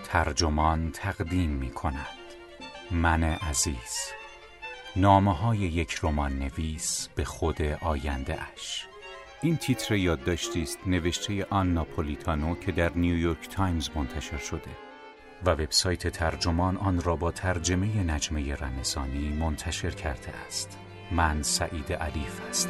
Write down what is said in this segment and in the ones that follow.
ترجمان تقدیم می کند. من عزیز، نامه‌های یک رمان نویس به خود آینده اش. این تیتر یادداشتی است نوشته آن ناپولیتانو که در نیویورک تایمز منتشر شده و وبسایت ترجمان آن را با ترجمه نجمه رمضانی منتشر کرده است. من سعید علیف هستم.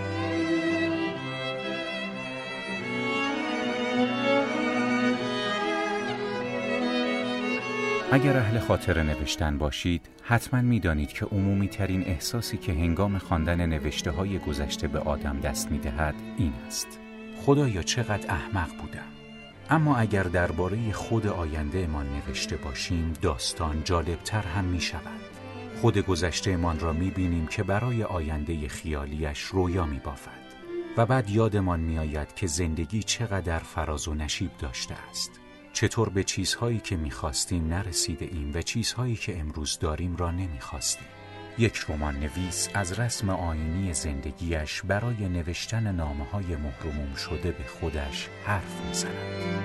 اگر اهل خاطره نوشتن باشید، حتما می‌دانید که عمومی ترین احساسی که هنگام خواندن نوشته‌های گذشته به آدم دست می‌دهد این است: خدایا چقدر احمق بودم. اما اگر درباره خود آینده‌مان نوشته باشیم، داستان جالب‌تر هم می‌شود. خود گذشته‌مان را می‌بینیم که برای آینده خیالیش رویا می‌بافد و بعد یادمان می‌آید که زندگی چقدر فراز و نشیب داشته است. چطور به چیزهایی که می‌خواستیم نرسیده ایم و چیزهایی که امروز داریم را نمی‌خواستیم. یک رمان نویس از رسم آیینی زندگیش برای نوشتن نامه‌های مهرموم شده به خودش حرف می‌زند.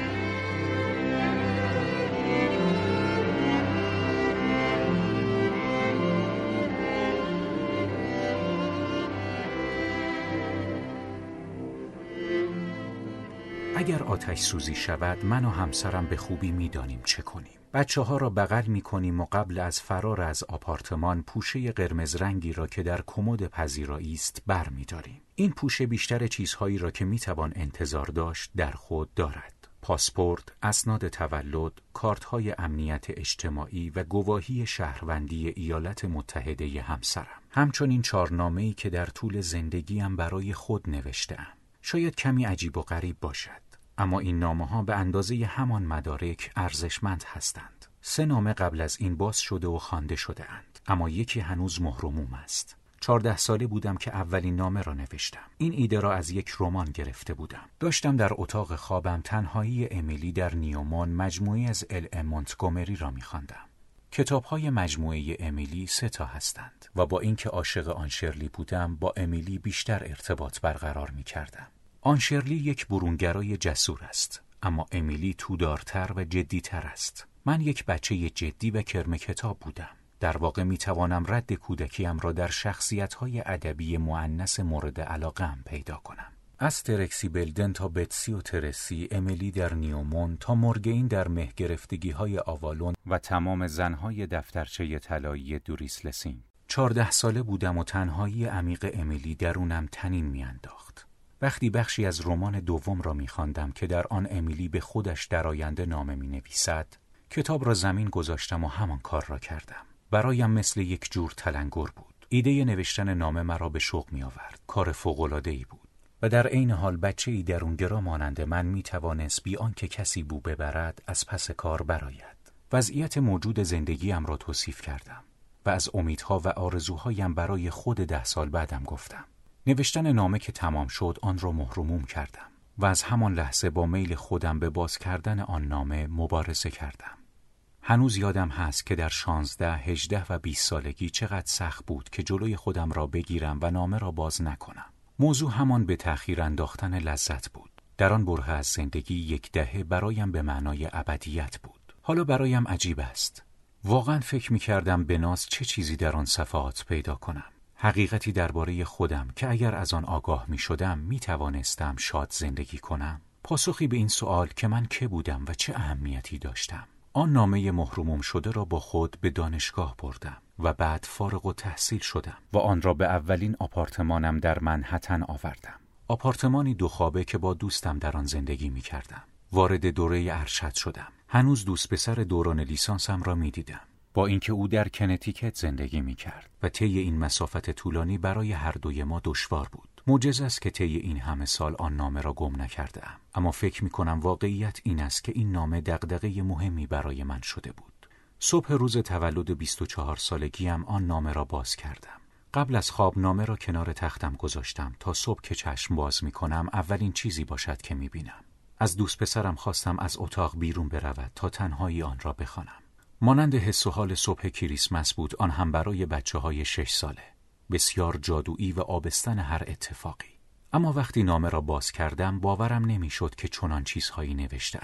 اگر آتش سوزی شود، من و همسرم به خوبی می‌دانیم چه کنیم. بچه‌ها را بغل می‌کنیم و قبل از فرار از آپارتمان پوشه قرمز رنگی را که در کمد پذیرایی است برمی‌داریم. این پوشه بیشتر چیزهایی را که می‌توان انتظار داشت در خود دارد: پاسپورت، اسناد تولد، کارت‌های امنیت اجتماعی و گواهی شهروندی ایالات متحده همسرم. همچنین 4 نامه‌ای که در طول زندگیم برای خود نوشته‌ام. شاید کمی عجیب و غریب باشد، اما این نامه‌ها به اندازه همان مدارک ارزشمند هستند. 3 نامه قبل از این باز شده و خوانده شده اند، اما یکی هنوز مهرموم است. 14 ساله بودم که اولین نامه را نوشتم. این ایده را از یک رمان گرفته بودم. داشتم در اتاق خوابم تنهایی امیلی در نیومون مجموعه از ال مونتگومری را می‌خواندم. کتاب‌های مجموعه امیلی 3 تا هستند و با اینکه عاشق آن شرلی بودم، با امیلی بیشتر ارتباط برقرار می‌کردم. آن شرلی یک برونگرای جسور است، اما امیلی تودارتر و جدیتر است. من یک بچه جدی و کرم کتاب بودم. در واقع می‌توانم رد کودکیم را در شخصیت‌های ادبی مؤنث مورد علاقه‌ام پیدا کنم. از ترکسی بلدن تا بتسی و ترسی، امیلی در نیومون تا مورگین در مه گرفتگی‌های آوالون و تمام زن‌های دفترچه طلایی دوریس لسینگ. 14 ساله بودم و تنهایی عمیق امیلی درونم طنین می‌انداخت. وقتی بخشی از رمان دوم را می‌خواندم که در آن امیلی به خودش در آینده نامه می‌نویسد، کتاب را زمین گذاشتم و همان کار را کردم. برایم مثل یک جور تلنگر بود. ایده نوشتن نامه مرا به شوق می‌آورد. کار فوق‌العاده‌ای بود. و در عین حال بچه‌ای درونگرا مانند من می‌توانست بی آنکه کسی بو ببرد از پس کار برآید. وضعیت موجود زندگیم را توصیف کردم و از امیدها و آرزوهایم برای خود 10 سال بعدم گفتم. نوشتن نامه که تمام شد، آن را مهرموم کردم و از همان لحظه با میل خودم به باز کردن آن نامه مبارزه کردم. هنوز یادم هست که در 16، 18 و 20 سالگی چقدر سخت بود که جلوی خودم را بگیرم و نامه را باز نکنم. موضوع همان به تأخیر انداختن لذت بود. در آن برهه از زندگی 1 دهه برایم به معنای ابدیت بود. حالا برایم عجیب است. واقعا فکر می‌کردم به ناز چه چیزی در آن صفحات پیدا کنم. حقیقتی درباره خودم که اگر از آن آگاه می‌شدم می‌توانستم شاد زندگی کنم. پاسخی به این سوال که من که بودم و چه اهمیتی داشتم. آن نامه مهرموم شده را با خود به دانشگاه بردم و بعد فارغ التحصیل شدم و آن را به اولین آپارتمانم در منهتن آوردم. آپارتمانی 2 خوابه که با دوستم در آن زندگی می‌کردم. وارد دوره ارشد شدم. هنوز دوست پسر دوران لیسانسم را می‌دیدم، با اینکه او در کنتیکت زندگی می‌کرد و طی این مسافت طولانی برای هر دوی ما دشوار بود. معجزه است که طی این همه سال آن نامه را گم نکرده‌ام، اما فکر می‌کنم واقعیت این است که این نامه دغدغه مهمی برای من شده بود. صبح روز تولد 24 سالگیم آن نامه را باز کردم. قبل از خواب نامه را کنار تختم گذاشتم تا صبح که چشم باز می‌کنم اولین چیزی باشد که می‌بینم. از دوست پسرم خواستم از اتاق بیرون برود تا تنهایی آن را بخوانم. مانند حس و حال صبح کریسمس بود، آن هم برای بچه‌های 6 ساله. بسیار جادویی و آبستن هر اتفاقی. اما وقتی نامه را باز کردم باورم نمیشد که چنان چیزهایی نوشته‌ام.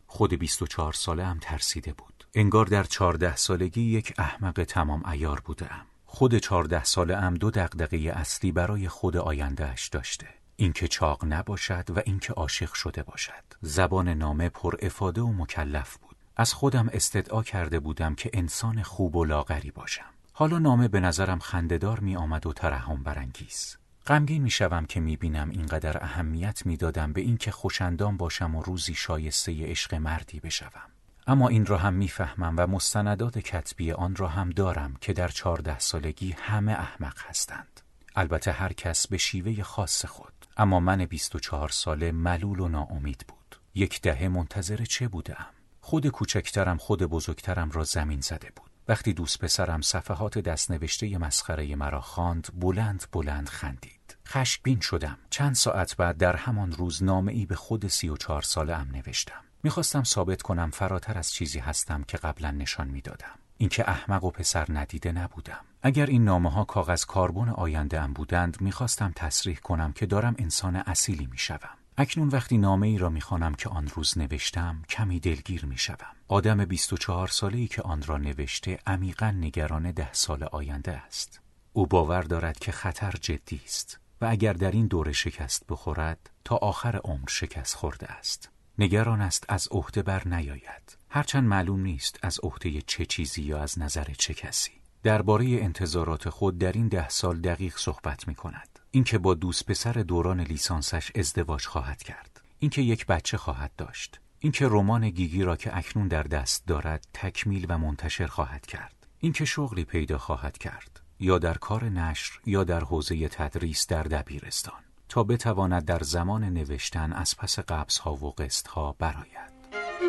خود 24 ساله هم ترسیده بود. انگار در 14 سالگی یک احمق تمام عیار بودم. خود 14 ساله هم 2 دغدغه اصلی برای خود آینده‌اش داشته. اینکه چاق نباشد و اینکه عاشق شده باشد. زبان نامه پر افاده و مکلف بود. از خودم استدعا کرده بودم که انسان خوب و لاغری باشم. حالا نامه به نظرم خنده‌دار می آمد و ترحم برانگیز. غمگین می شوم که می بینم اینقدر اهمیت می دادم به اینکه خوشندام باشم و روزی شایسته عشق مردی بشوم. اما این را هم می فهمم و مستندات کتبی آن را هم دارم که در 14 سالگی همه احمق هستند. البته هر کس به شیوه خاص خود. اما من 24 ساله ملول و ناامید بود. 1 دهه منتظر چه بودم؟ خود کوچکترم خود بزرگترم را زمین زده بود. وقتی دوست پسرم صفحات دستنوشته مسخره مرا خواند، بلند بلند خندید. خشمگین شدم. چند ساعت بعد در همان روز نامه‌ای به خود 34 ساله ام نوشتم. میخواستم ثابت کنم فراتر از چیزی هستم که قبلا نشان میدادم. اینکه احمق و پسر ندیده نبودم. اگر این نامه‌ها کاغذ کاربن آینده ام بودند، میخواستم تصریح کنم که دارم انسان اصیلی میشوم. اکنون وقتی نامه‌ای را میخوانم که آن روز نوشتم، کمی دلگیر میشوم. آدم 24 ساله‌ای که آن را نوشته عمیقاً نگران 10 سال آینده است. او باور دارد که خطر جدی است و اگر در این دوره شکست بخورد، تا آخر عمر شکست خورده است. نگران است از عهده بر نیاید. هرچند معلوم نیست از عهده چه چیزی یا از نظر چه کسی. درباره انتظارات خود در این 10 سال دقیق صحبت می‌کند. اینکه با دوست پسر دوران لیسانسش ازدواج خواهد کرد. اینکه 1 بچه خواهد داشت. اینکه رمان گیگی را که اکنون در دست دارد تکمیل و منتشر خواهد کرد. اینکه شغلی پیدا خواهد کرد، یا در کار نشر یا در حوزه تدریس در دبیرستان، تا بتواند در زمان نوشتن از پس قبض‌ها و قسط‌ها برآید.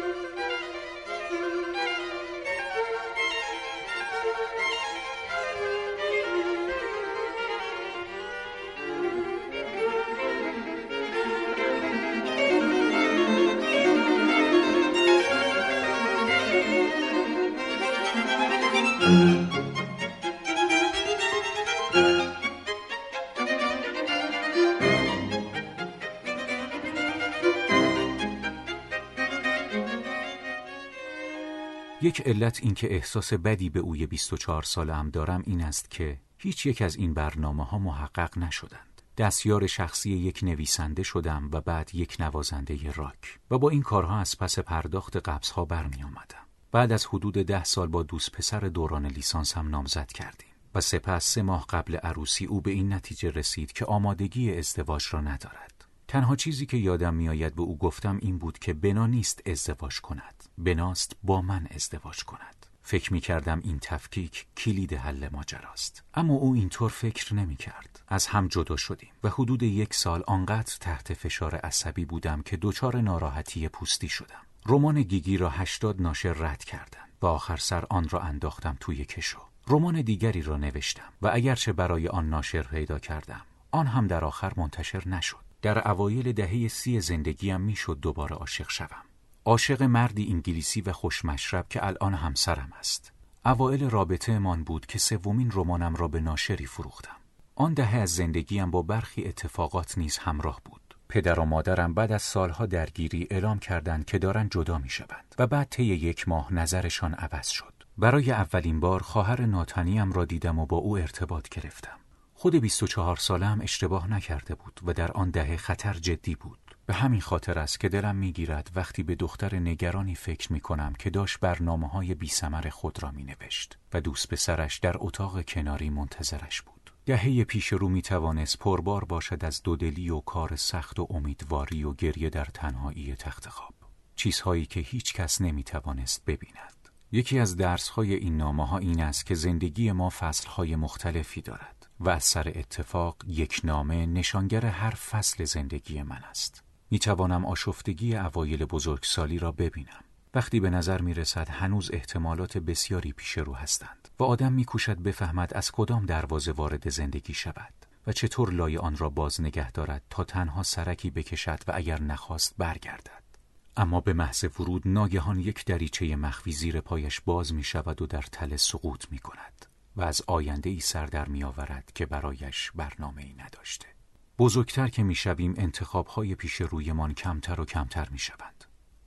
یک علت این که احساس بدی به اوی 24 ساله‌ام دارم این است که هیچ یک از این برنامه‌ها محقق نشدند. دستیار شخصی یک نویسنده شدم و بعد یک نوازنده راک و با این کارها از پس پرداخت قبض‌ها برمی آمدم. بعد از حدود 10 سال با دوست پسر دوران لیسانس هم نامزد کردیم و سپس 3 ماه قبل عروسی او به این نتیجه رسید که آمادگی ازدواج را ندارد. تنها چیزی که یادم میآید به او گفتم این بود که بنا نیست ازدواج کند، بناست با من ازدواج کند. فکر می کردم این تفکیک کلید حل ماجراست، اما او اینطور فکر نمی کرد. از هم جدا شدیم و حدود 1 سال آنقدر تحت فشار عصبی بودم که دچار ناراحتی پوستی شدم. رمان گیگی را 80 ناشر رد کردند و آخر سر آن را انداختم توی کشو. رمان دیگری را نوشتم و اگرچه برای آن ناشر پیدا کردم، آن هم در آخر منتشر نشد. در اوایل دهه 30 زندگیم میشد دوباره عاشق شوم. عاشق مردی انگلیسی و خوشمشرب که الان همسرم است. اوایل رابطه من بود که 3مین رمانم را به ناشری فروختم. آن دهه از زندگیم با برخی اتفاقات نیز همراه بود. پدر و مادرم بعد از سالها درگیری اعلام کردند که دارن جدا میشوند و بعد طی 1 ماه نظرشان عوض شد. برای اولین بار خواهر ناتنیم را دیدم و با او ارتباط گرفتم. خود 24 ساله‌ام اشتباه نکرده بود و در آن دهه خطر جدی بود. به همین خاطر است که دلم میگیرد وقتی به دختر نگرانی فکر میکنم که داشت برنامه‌های بی‌ثمر خود را مینوشت و دوست پسرش در اتاق کناری منتظرش بود. دهه پیش رو میتوانست پربار باشد از دودلی و کار سخت و امیدواری و گریه در تنهایی تخت خواب. چیزهایی که هیچ کس نمیتوانست ببیند. یکی از درس‌های این نامه‌ها این است که زندگی ما فصل‌های مختلفی دارد و از سر اتفاق 1 نامه نشانگر هر فصل زندگی من است. می توانم آشفتگی اوایل بزرگسالی را ببینم. وقتی به نظر می رسد هنوز احتمالات بسیاری پیش رو هستند و آدم می کوشد بفهمد از کدام دروازه وارد زندگی شود و چطور لای آن را باز نگه دارد تا تنها سرکی بکشد و اگر نخواست برگردد. اما به محض ورود ناگهان 1 دریچه مخفی زیر پایش باز می شود و در تله سقوط می کند و از آینده‌ای سر در می آورد که برایش برنامه‌ای نداشته. بزرگتر که می شویم انتخاب‌های پیش رویمان کمتر و کمتر می شوند.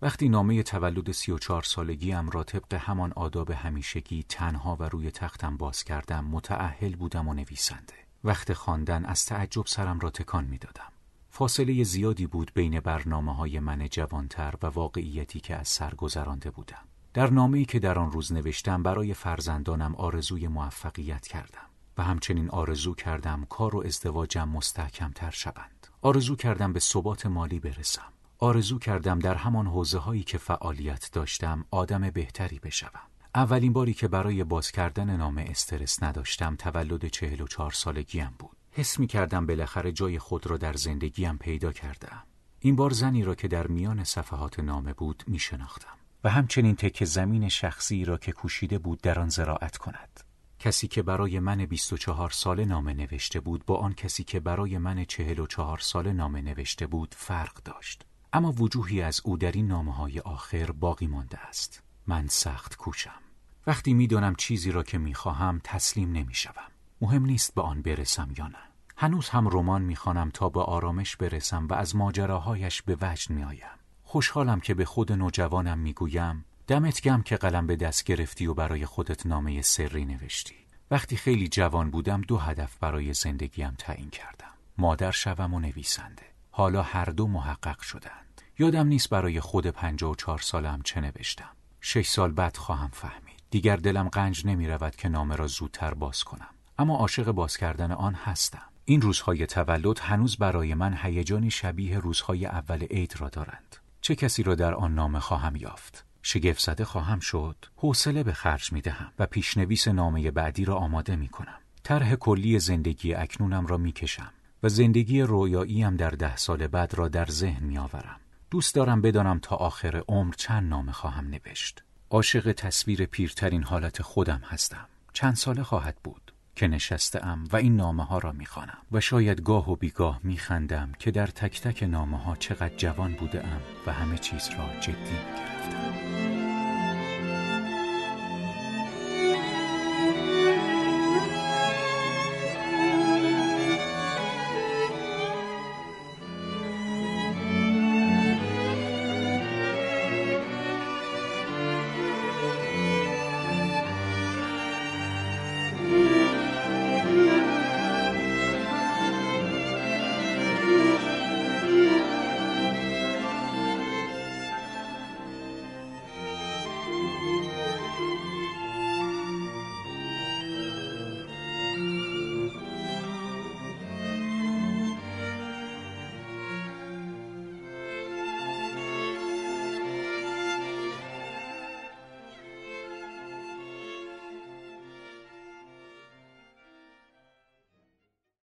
وقتی نامه تولد 34 سالگیم را طبق همان آداب همیشگی تنها و روی تختم باز کردم، متأهل بودم و نویسنده. وقت خواندن از تعجب سرم را تکان می دادم. فاصله زیادی بود بین برنامه‌های من جوانتر و واقعیتی که از سر گذرانده بودم. در نامه‌ای که در آن روز نوشتم برای فرزندانم آرزوی موفقیت کردم و همچنین آرزو کردم کار و ازدواجم مستحکم‌تر شوند. آرزو کردم به ثبات مالی برسم. آرزو کردم در همان حوزه‌هایی که فعالیت داشتم آدم بهتری بشوم. اولین باری که برای باز کردن نامه استرس نداشتم تولد 44 سالگیم بود. حس می کردم بالاخره جای خود را در زندگیم پیدا کردم. این بار زنی را که در میان صفحات نامه بود می شناختم و همچنین تکه زمین شخصی را که کوشیده بود در آن زراعت کند. کسی که برای من 24 ساله نامه نوشته بود با آن کسی که برای من 44 ساله نامه نوشته بود فرق داشت. اما وجوهی از او در این نامه‌های آخر باقی مانده است. من سخت کوشم. وقتی می‌دانم چیزی را که می‌خواهم تسلیم نمی‌شوم. مهم نیست به آن برسم یا نه. هنوز هم رمان می‌خوانم تا به آرامش برسم و از ماجراهایش به وجد می‌آیم. خوشحالم که به خود نوجوانم می‌گویم دمت گرم که قلم به دست گرفتی و برای خودت نامه سری نوشتی. وقتی خیلی جوان بودم 2 هدف برای زندگیم تعیین کردم. مادر شوم و نویسنده. حالا هر دو محقق شدند. یادم نیست برای خود 54 سالم چه نوشتم. 6 سال بعد خواهم فهمید. دیگر دلم قنج نمی رود که نامه را زودتر باز کنم. اما عاشق باز کردن آن هستم. این روزهای تولد هنوز برای من هیجانی شبیه روزهای اول عید را دارند. چه کسی را در آن نامه خواهم یافت؟ شگفت زده خواهم شد. حوصله به خرج می دهم و پیشنویس نامه بعدی را آماده می کنم. طرح کلی زندگی اکنونم را می کشم و زندگی رویاییم در 10 سال بعد را در ذهن می آورم. دوست دارم بدانم تا آخر عمر چند نامه خواهم نوشت. عاشق تصویر پیرترین حالت خودم هستم. چند ساله خواهد بود که نشسته‌ام و این نامه ها را می خوانم و شاید گاه و بیگاه می خندم که در تک تک نامه ها چقدر جوان بوده ام و همه چیز را جدی می گرفتم.